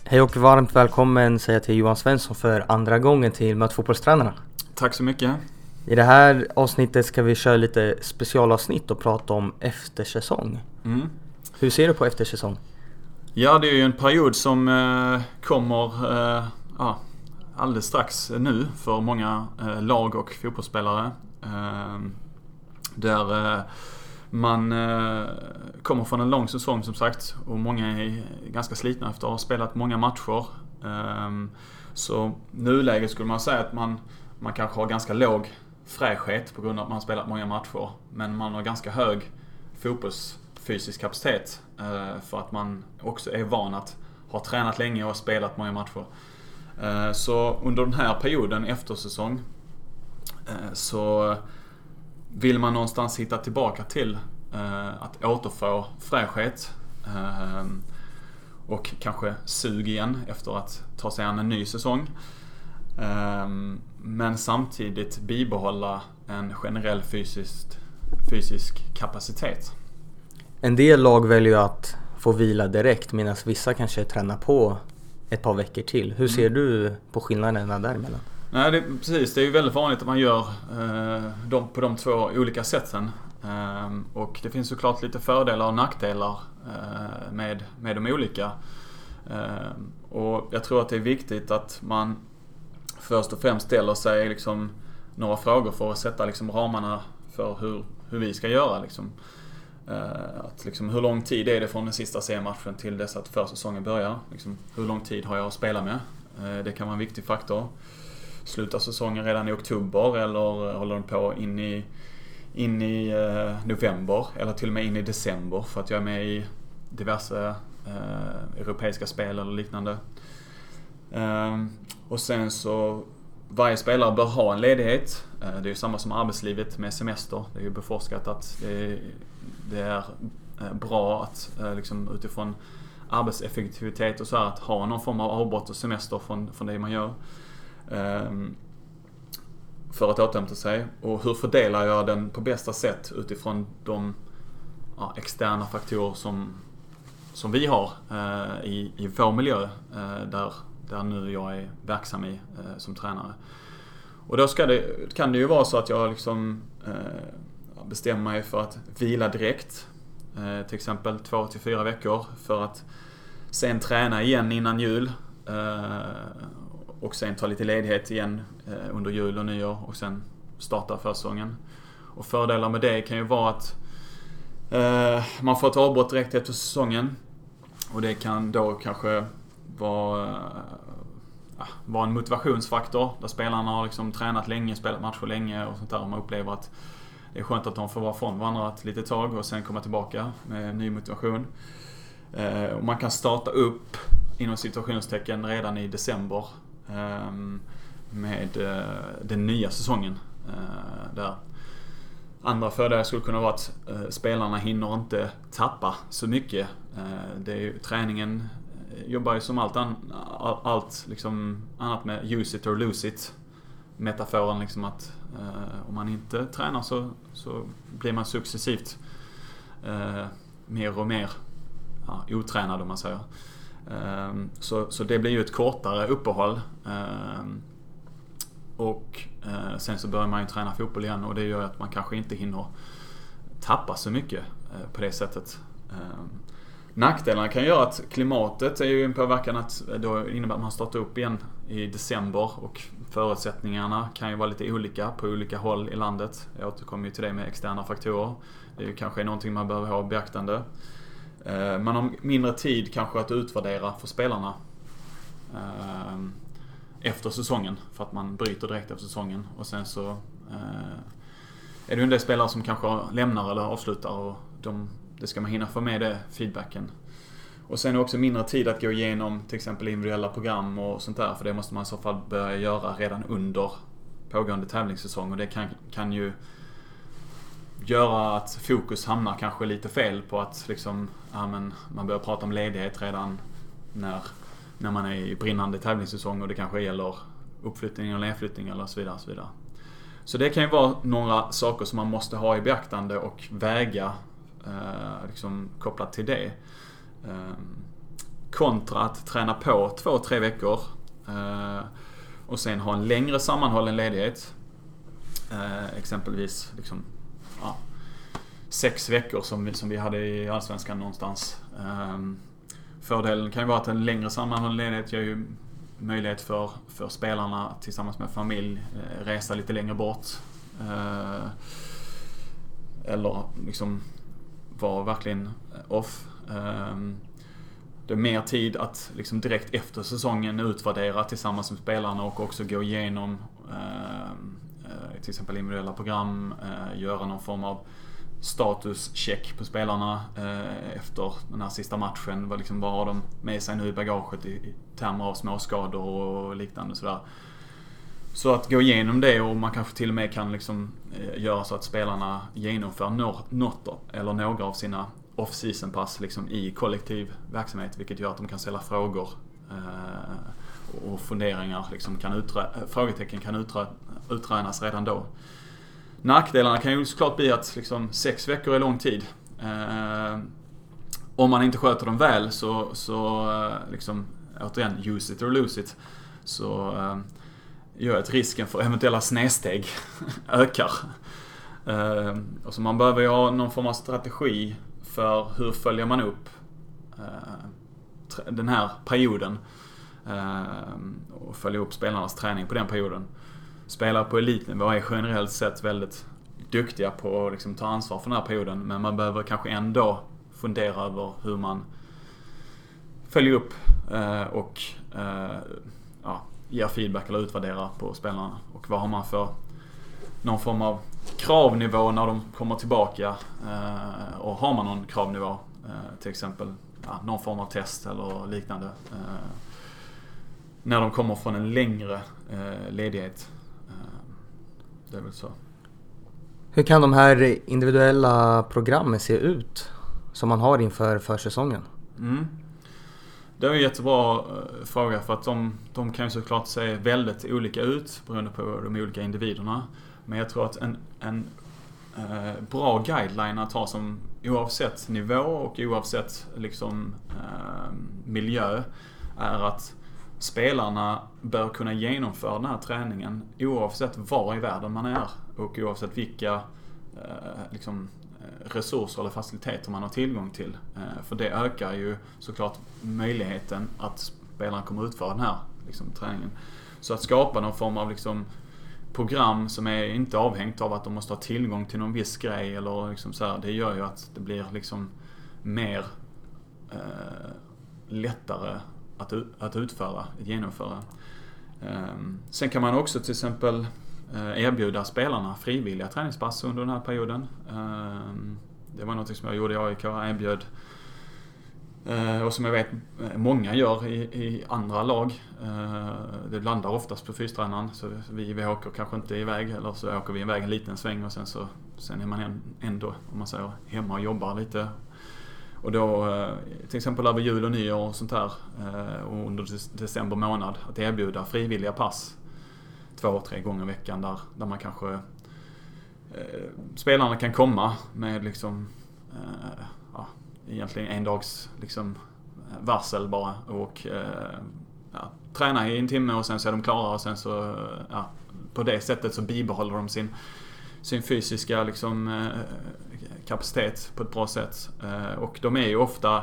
Hej och varmt välkommen säger jag till Johan Svensson för andra gången till Möt fotbollstränarna. Tack så mycket. I det här avsnittet ska vi köra lite specialavsnitt och prata om eftersäsong. Hur ser du på eftersäsong? Ja, det är ju en period som kommer alldeles strax nu för många lag och fotbollsspelare. Där man kommer från en lång säsong som sagt, och många är ganska slitna efter att ha spelat många matcher. Så nuläget skulle man säga att man kanske har ganska låg fräschhet på grund av att man har spelat många matcher, men man har ganska hög fotbollsfysisk kapacitet för att man också är van att ha tränat länge och spelat många matcher. Så under den här perioden efter säsong så vill man någonstans hitta tillbaka till att återfå fräschhet och kanske sug igen efter att ta sig an en ny säsong. Men samtidigt bibehålla en generell fysisk kapacitet. En del lag väljer ju att få vila direkt medan vissa kanske tränar på ett par veckor till. Hur ser du på skillnaderna däremellan? Nej, precis. Det är ju väldigt vanligt att man gör på de två olika sätten. Och det finns såklart lite fördelar och nackdelar med de olika. Och jag tror att det är viktigt att man först och främst ställer sig liksom några frågor för att sätta liksom ramarna för hur vi ska göra. Att liksom, hur lång tid är det från den sista seriematchen till dess att försäsongen börjar? Liksom, hur lång tid har jag att spela med? Det kan vara en viktig faktor. Slutar säsongen redan i oktober eller håller den på in i november eller till och med in i december för att jag är med i diverse europeiska spel eller liknande. Och sen så varje spelare bör ha en ledighet. Det är ju samma som arbetslivet med semester. Det är ju beforskat att det är bra att liksom utifrån arbetseffektivitet och så här, att ha någon form av avbrott och semester från det man gör. För att återhämta sig. Och hur fördelar jag den på bästa sätt utifrån de externa faktorer som vi har i vår miljö där nu jag är verksam i som tränare. Och då kan det ju vara så att jag liksom bestämmer mig för att vila direkt, till exempel 2 till 4 veckor, för att sen träna igen innan jul och sen ta lite ledighet igen under jul och nyår och sen starta försäsongen. Och fördelar med det kan ju vara att man får ett avbrott direkt efter säsongen, och det kan då kanske vara en motivationsfaktor där spelarna har liksom tränat länge, spelat matcher länge och sånt där, och man upplever att det är skönt att de får vara från varandra ett litet tag och sen komma tillbaka med ny motivation. Och man kan starta upp inom situationstecken redan i december med den nya säsongen. Där andra fördelar skulle kunna vara att spelarna hinner inte tappa så mycket. Det är ju, träningen jobbar ju som allt liksom annat med use it or lose it. Metaforen liksom att om man inte tränar så blir man successivt mer och mer otränad, om man säger. Så det blir ju ett kortare uppehåll. Och sen så börjar man ju träna fotboll igen, och det gör att man kanske inte hinner tappa så mycket på det sättet. Nackdelarna kan göra att klimatet är ju en påverkan, att då innebär att man startar upp igen i december, och förutsättningarna kan ju vara lite olika på olika håll i landet. Jag återkommer ju till det med externa faktorer. Det är ju kanske någonting man behöver ha i beaktande. Man har mindre tid kanske att utvärdera för spelarna efter säsongen, för att man bryter direkt efter säsongen, och sen så är det ju en del spelare som kanske lämnar eller avslutar, och det ska man hinna få med det feedbacken. Och sen är det också mindre tid att gå igenom till exempel individuella program och sånt där, för det måste man i så fall börja göra redan under pågående tävlingssäsong, och det kan ju göra att fokus hamnar kanske lite fel på att liksom, man börjar prata om ledighet redan när man är i brinnande tävlingssäsong, och det kanske gäller uppflyttning eller nedflyttning eller så vidare, så vidare. Så det kan ju vara några saker som man måste ha i beaktande och väga liksom kopplat till det. kontra att träna på 2-3 veckor och sen ha en längre sammanhållen ledighet. Exempelvis liksom, 6 veckor som vi hade i Allsvenskan någonstans. Fördelen kan ju vara att en längre sammanhållen ledighet ger ju möjlighet för spelarna tillsammans med familj resa lite längre bort. Eller liksom vara verkligen off. Det är mer tid att liksom direkt efter säsongen utvärdera tillsammans med spelarna och också gå igenom till exempel individuella program, göra någon form av statuscheck på spelarna efter den här sista matchen. Vad har de med sig nu i bagaget i termer av småskador och liknande sådär. Så att gå igenom det, och man kanske till och med kan liksom göra så att spelarna genomför något eller några av sina off-season pass liksom i kollektiv verksamhet, vilket gör att de kan ställa frågor och funderingar liksom frågetecken kan utrönas redan då. Nackdelarna kan ju såklart bli att liksom 6 veckor är lång tid. Om man inte sköter dem väl så liksom, återigen, use it or lose it, så gör att risken för eventuella snedsteg ökar. Och så man behöver ju ha någon form av strategi för hur följer man upp den här perioden och följa upp spelarnas träning på den perioden. Spelare på elitnivå är generellt sett väldigt duktiga på att liksom ta ansvar för den här perioden, men man behöver kanske ändå fundera över hur man följer upp och ger feedback eller utvärderar på spelarna, och vad har man för någon form av kravnivå när de kommer tillbaka, och har man någon kravnivå, till exempel någon form av test eller liknande när de kommer från en längre ledighet. Det är väl så. Hur kan de här individuella programmen se ut som man har inför försäsongen? Det är en jättebra fråga, för att de kan ju såklart se väldigt olika ut beroende på de olika individerna. Men jag tror att en bra guideline att ha som oavsett nivå och oavsett liksom, miljö är att spelarna bör kunna genomföra den här träningen oavsett var i världen man är och oavsett vilka liksom, resurser eller faciliteter man har tillgång till. För det ökar ju såklart möjligheten att spelarna kommer utföra den här liksom, träningen. Så att skapa någon form av liksom, program som är inte avhängt av att de måste ha tillgång till någon viss grej eller liksom så här, det gör ju att det blir liksom mer lättare att genomföra. Sen kan man också till exempel erbjuda spelarna frivilliga träningspass under den här perioden. Det var något som jag gjorde i AIK, erbjöd, och som jag vet många gör i andra lag. Det landar oftast på fystränaren, så vi åker kanske inte iväg, eller så åker vi iväg en liten sväng och sen är man ändå, om man säger, hemma och jobbar lite. Och då till exempel över jul och nyår och sånt här, och under december månad, att erbjuda frivilliga pass 2-3 gånger i veckan där man kanske spelarna kan komma med liksom egentligen en dags liksom varsel bara, och träna i en timme och sen så är de klara, och sen så på det sättet så bibehåller de sin fysiska liksom kapacitet på ett bra sätt, och de är ju ofta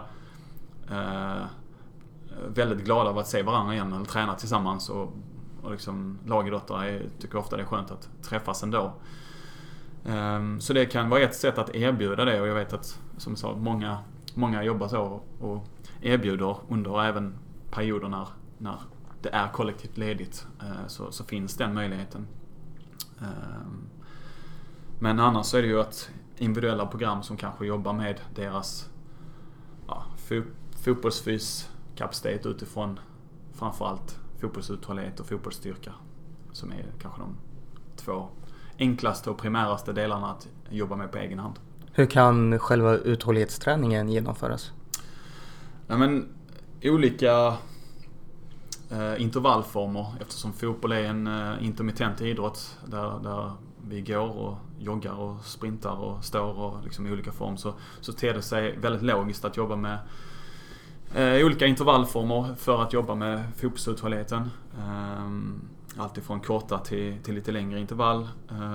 väldigt glada av att se varandra igen eller träna tillsammans, och liksom lagidrottare tycker ofta det är skönt att träffas ändå. Så det kan vara ett sätt att erbjuda det, och jag vet att, som jag sa, många jobbar så och erbjuder under även perioder när det är kollektivt ledigt, så finns den möjligheten. Men annars så är det ju att individuella program som kanske jobbar med deras fotbollsfyskapacitet utifrån framförallt fotbollsuthållighet och fotbollsstyrka, som är kanske de 2 enklaste och primäraste delarna att jobba med på egen hand. Hur kan själva uthållighetsträningen genomföras? Men olika intervallformer, eftersom fotboll är en intermittent idrott där vi går och joggar och sprintar och står och liksom i olika form, så ter det sig väldigt logiskt att jobba med olika intervallformer för att jobba med fotbollsuthålligheten. Allt ifrån korta till lite längre intervall.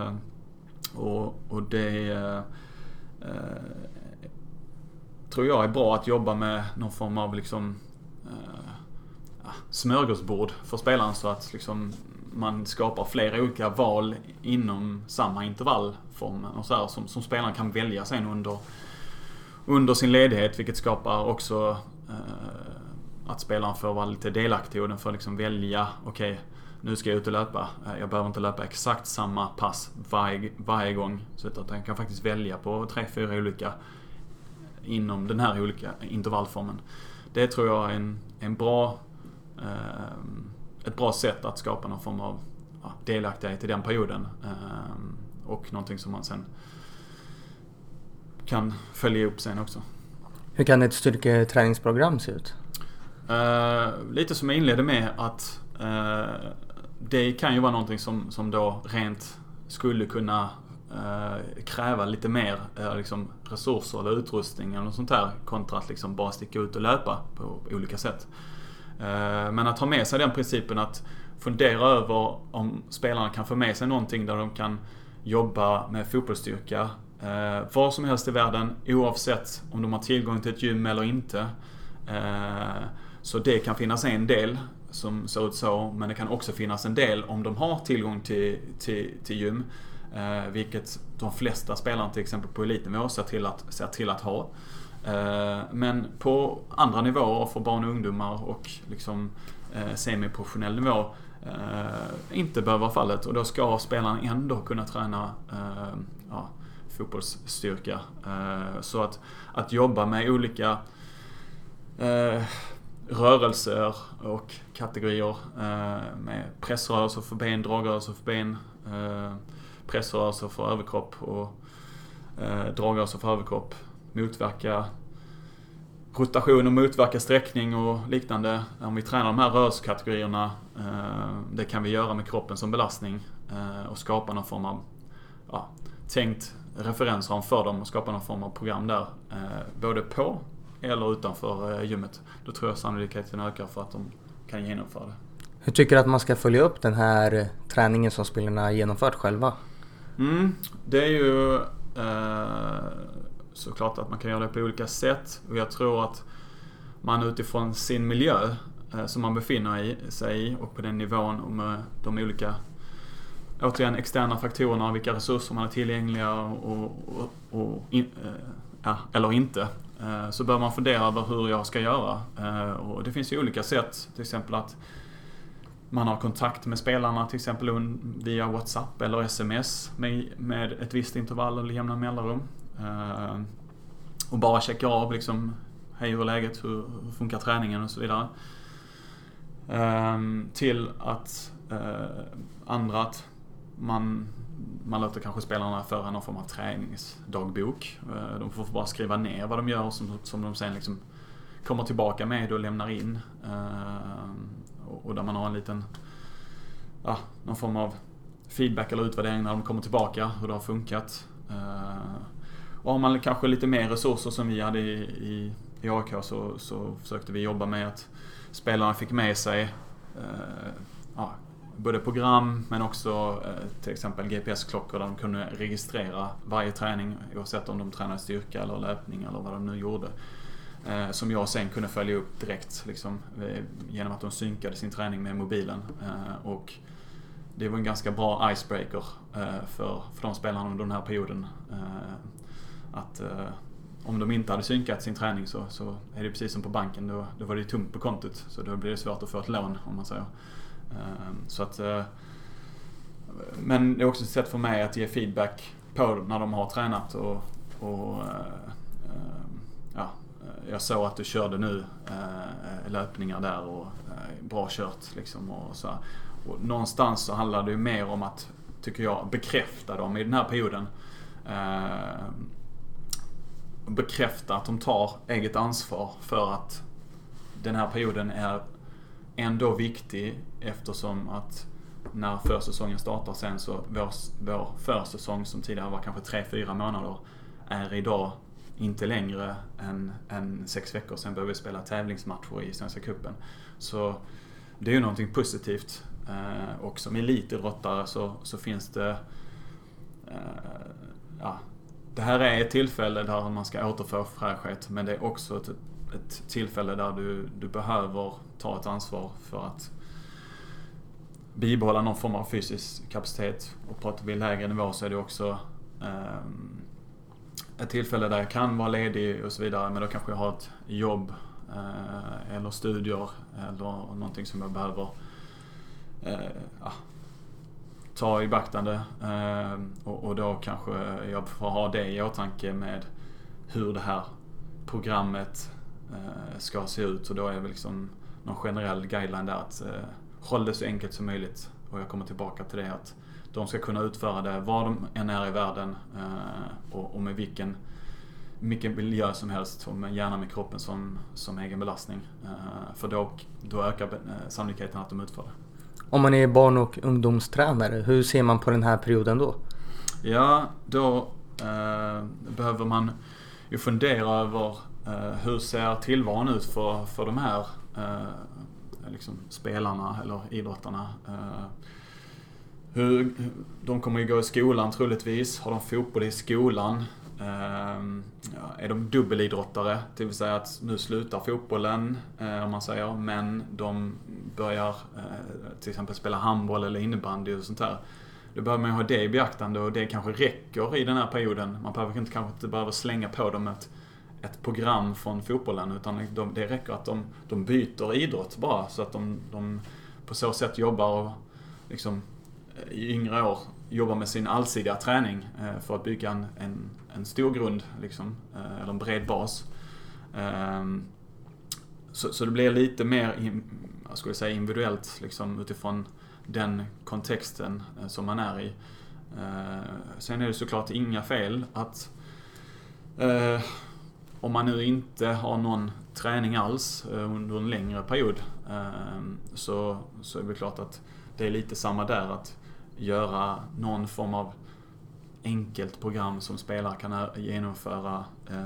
Och det tror jag är bra att jobba med någon form av liksom, smörgåsbord för spelaren, så att liksom man skapar flera olika val inom samma intervallform och så här, som spelaren kan välja sen under sin ledighet, vilket skapar också att spelaren får vara lite delaktig och den får liksom välja, okej, nu ska jag ut och löpa. Jag behöver inte löpa exakt samma pass varje gång, så att han kan faktiskt välja på 3-4 olika inom den här olika intervallformen. Det tror jag är ett bra sätt att skapa någon form av delaktighet i den perioden, och någonting som man sen kan följa upp sen också. Hur kan ett styrketräningsprogram se ut? Lite som jag inledde med, att det kan ju vara någonting som då rent skulle kunna kräva lite mer liksom resurser eller utrustning eller något sånt här, kontra att liksom bara sticka ut och löpa på olika sätt. Men att ha med sig den principen, att fundera över om spelarna kan få med sig någonting där de kan jobba med fotbollsstyrka var som helst i världen, oavsett om de har tillgång till ett gym eller inte. Så det kan finnas en del som ser ut så, men det kan också finnas en del om de har tillgång till gym, vilket de flesta spelarna till exempel på elitnivå ser till att ha. Men på andra nivåer för barn och ungdomar och liksom semiprofessionell nivå inte behöver vara fallet, och då ska spelaren ändå kunna träna fotbollsstyrka. Så att jobba med olika rörelser och kategorier, med pressrörelser för ben, dragrörelser för ben, pressrörelser för överkropp och dragrörelser för överkropp, motverka rotation och motverka sträckning och liknande. Om vi tränar de här rörelsekategorierna, det kan vi göra med kroppen som belastning, och skapa någon form av tänkt referensram för dem och skapa någon form av program där, både på eller utanför gymmet. Då tror jag sannolikheten ökar för att de kan genomföra det. Hur tycker du att man ska följa upp den här träningen som spelarna genomfört själva? Det är ju såklart att man kan göra det på olika sätt, och jag tror att man utifrån sin miljö som man befinner sig i och på den nivån, och med de olika återigen externa faktorerna, vilka resurser man har tillgängliga eller inte, så bör man fundera över hur jag ska göra. Och det finns ju olika sätt, till exempel att man har kontakt med spelarna till exempel via WhatsApp eller SMS med ett visst intervall eller jämna mellanrum, och bara checka av liksom, hej, hur är läget, hur funkar träningen och så vidare. Till att andra, att man låter kanske spelarna föra någon form av träningsdagbok. De får bara skriva ner vad de gör, som de sen liksom kommer tillbaka med och lämnar in. Och där man har en liten någon form av feedback eller utvärdering när de kommer tillbaka, hur det har funkat. Och har man kanske lite mer resurser som vi hade i AIK, så försökte vi jobba med att spelarna fick med sig både program, men också till exempel GPS-klockor där de kunde registrera varje träning, oavsett om de tränade styrka eller löpning eller vad de nu gjorde. Som jag sen kunde följa upp direkt liksom, genom att de synkade sin träning med mobilen. Och det var en ganska bra icebreaker för de spelarna under den här perioden. Att om de inte hade synkat sin träning så är det precis som på banken, då var det tomt på kontot, så då blir det svårt att få ett lån, om man säger. Så att, men det är också ett sätt för mig att ge feedback på när de har tränat och jag såg att du körde nu löpningar där och bra kört liksom, och så. Och någonstans så handlar det ju mer om att, tycker jag, bekräfta dem i den här perioden. Bekräfta att de tar eget ansvar för att den här perioden är ändå viktig, eftersom att när försäsongen startar sen, så vår försäsong som tidigare var kanske 3-4 månader är idag inte längre än 6 veckor sen börjar vi spela tävlingsmatcher i Svenska cupen. Så det är ju någonting positivt. Och som elitidrottare så finns det det här är ett tillfälle där man ska återfå fräschhet, men det är också ett tillfälle där du behöver ta ett ansvar för att bibehålla någon form av fysisk kapacitet. Och pratar vi lägre nivå så är det också ett tillfälle där jag kan vara ledig och så vidare, men då kanske jag har ett jobb eller studier eller någonting som jag behöver ta i beaktande, och då kanske jag får ha det i åtanke med hur det här programmet ska se ut, och då är väl liksom någon generell guideline där att håll det så enkelt som möjligt, och jag kommer tillbaka till det att de ska kunna utföra det var de än är i världen, och med vilken miljö som helst, och gärna med kroppen som egen belastning, för då ökar sannolikheten att de utför det. Om man är barn- och ungdomstränare, hur ser man på den här perioden då? Ja, då behöver man ju fundera över hur ser tillvaron ut för de här liksom spelarna eller idrottarna. De kommer ju gå i skolan troligtvis. Har de fotboll i skolan? Är de dubbelidrottare? Det vill säga att nu slutar fotbollen, om man säger, men de börjar till exempel spela handboll eller innebandy och sånt där. Då behöver man ju ha det i beaktande, och det kanske räcker i den här perioden. Man behöver kanske inte behöva slänga på dem ett program från fotbollen, utan det räcker att de byter idrott bara, så att de på så sätt jobbar och liksom i yngre år jobbar med sin allsidiga träning för att bygga en stor grund liksom, eller en bred bas. Så det blir lite mer individuellt liksom, utifrån den kontexten som man är i. Sen är det såklart inga fel att om man nu inte har någon träning alls under en längre period, så är det klart att det är lite samma där, att göra någon form av enkelt program som spelare kan genomföra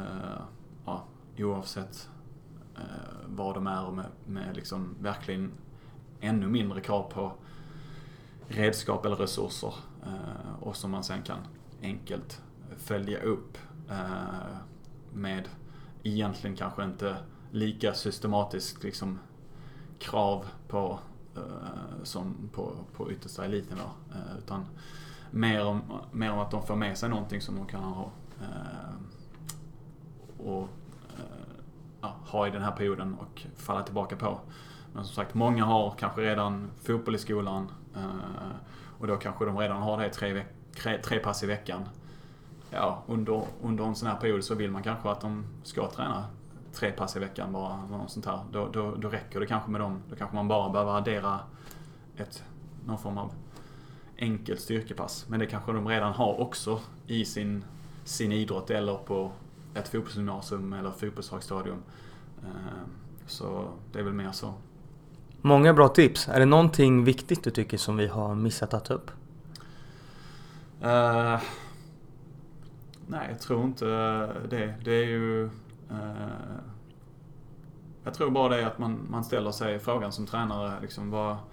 oavsett vad de är, och med liksom verkligen ännu mindre krav på redskap eller resurser, och som man sen kan enkelt följa upp med egentligen kanske inte lika systematiskt liksom krav på som på yttersta elitnivå, utan mer om att de får med sig någonting som de kan ha ha i den här perioden och falla tillbaka på. Men som sagt, många har kanske redan fotboll i skolan, och då kanske de redan har det 3 pass i veckan. Ja, under en sån här period så vill man kanske att de ska träna 3 pass i veckan bara, något sånt här. Då räcker det kanske med dem. Då kanske man bara behöver addera någon form av enkelt styrkepass. Men det kanske de redan har också i sin idrott, eller på ett fotbollsgymnasium eller fotbollshögstadium. Så det är väl mer så. Många bra tips. Är det någonting viktigt du tycker som vi har missat att ta upp? Nej, jag tror inte det. Det är ju... jag tror bara det är att man ställer sig frågan som tränare, liksom,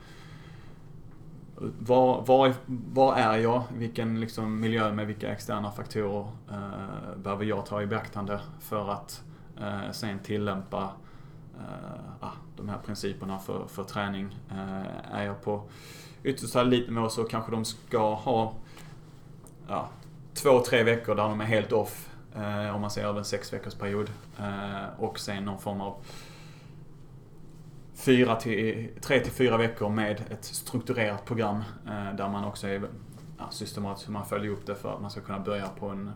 var är jag? Vilken liksom miljö med vilka externa faktorer behöver jag ta i beaktande för att sen tillämpa de här principerna för träning. Är jag på yttersta elitnivå så kanske de ska ha 2-3 veckor där de är helt off, om man ser över en 6 veckors period, och sen någon form av 3-4 veckor med ett strukturerat program, där man också är systematiskt hur man följer upp det för att man ska kunna börja på en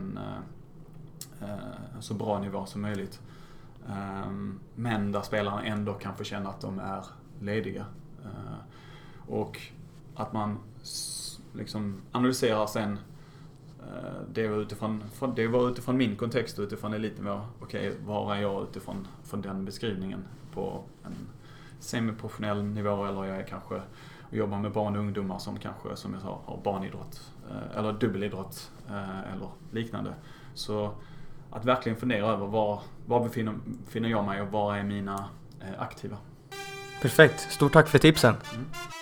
så bra nivå som möjligt. Men där spelarna ändå kan få känna att de är lediga. Och att man liksom analyserar sen det var utifrån min kontext, utifrån elitnivå. Okej, var är jag utifrån den beskrivningen på en semiprofessionell nivå, eller jag är kanske och jobbar med barn och ungdomar som kanske, som jag sa, har barnidrott eller dubbelidrott eller liknande. Så att verkligen fundera över var befinner jag mig och var är mina aktiva. Perfekt, stort tack för tipsen.